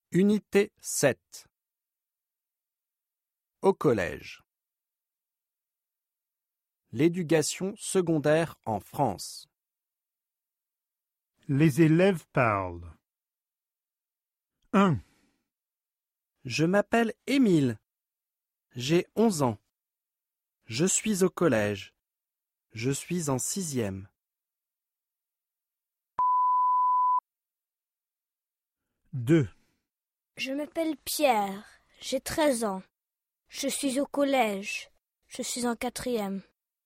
Unité 7. Au collège. L'éducation secondaire en France. Les élèves parlent. 1. Je m'appelle Émile. J'ai 11 ans. Je suis au collège. Je suis en 6e. 2. Je m'appelle Pierre, j'ai 13 ans. Je suis au collège, je suis en 4e.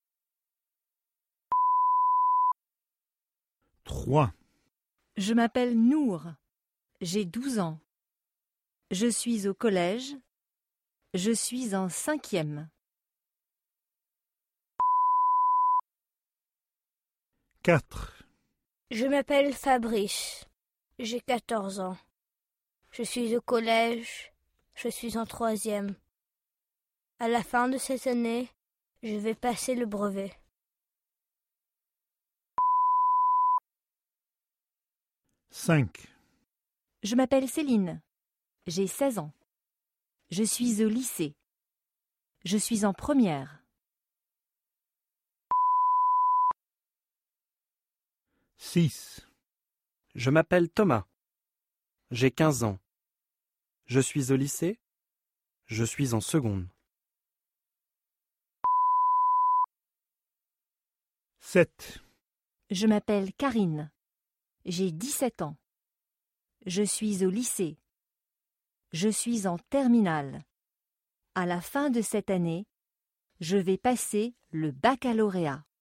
3. Je m'appelle Nour, j'ai 12 ans. Je suis au collège, je suis en 5e. 4. Je m'appelle Fabrice, j'ai 14 ans. Je suis au collège, je suis en 3e. À la fin de cette année, je vais passer le brevet. 5. Je m'appelle Céline, j'ai 16 ans. Je suis au lycée. Je suis en première. 6. Je m'appelle Thomas. J'ai 15 ans. Je suis au lycée. Je suis en seconde. 7. Je m'appelle Karine, j'ai 17 ans. Je suis au lycée. Je suis en terminale. À la fin de cette année, je vais passer le baccalauréat.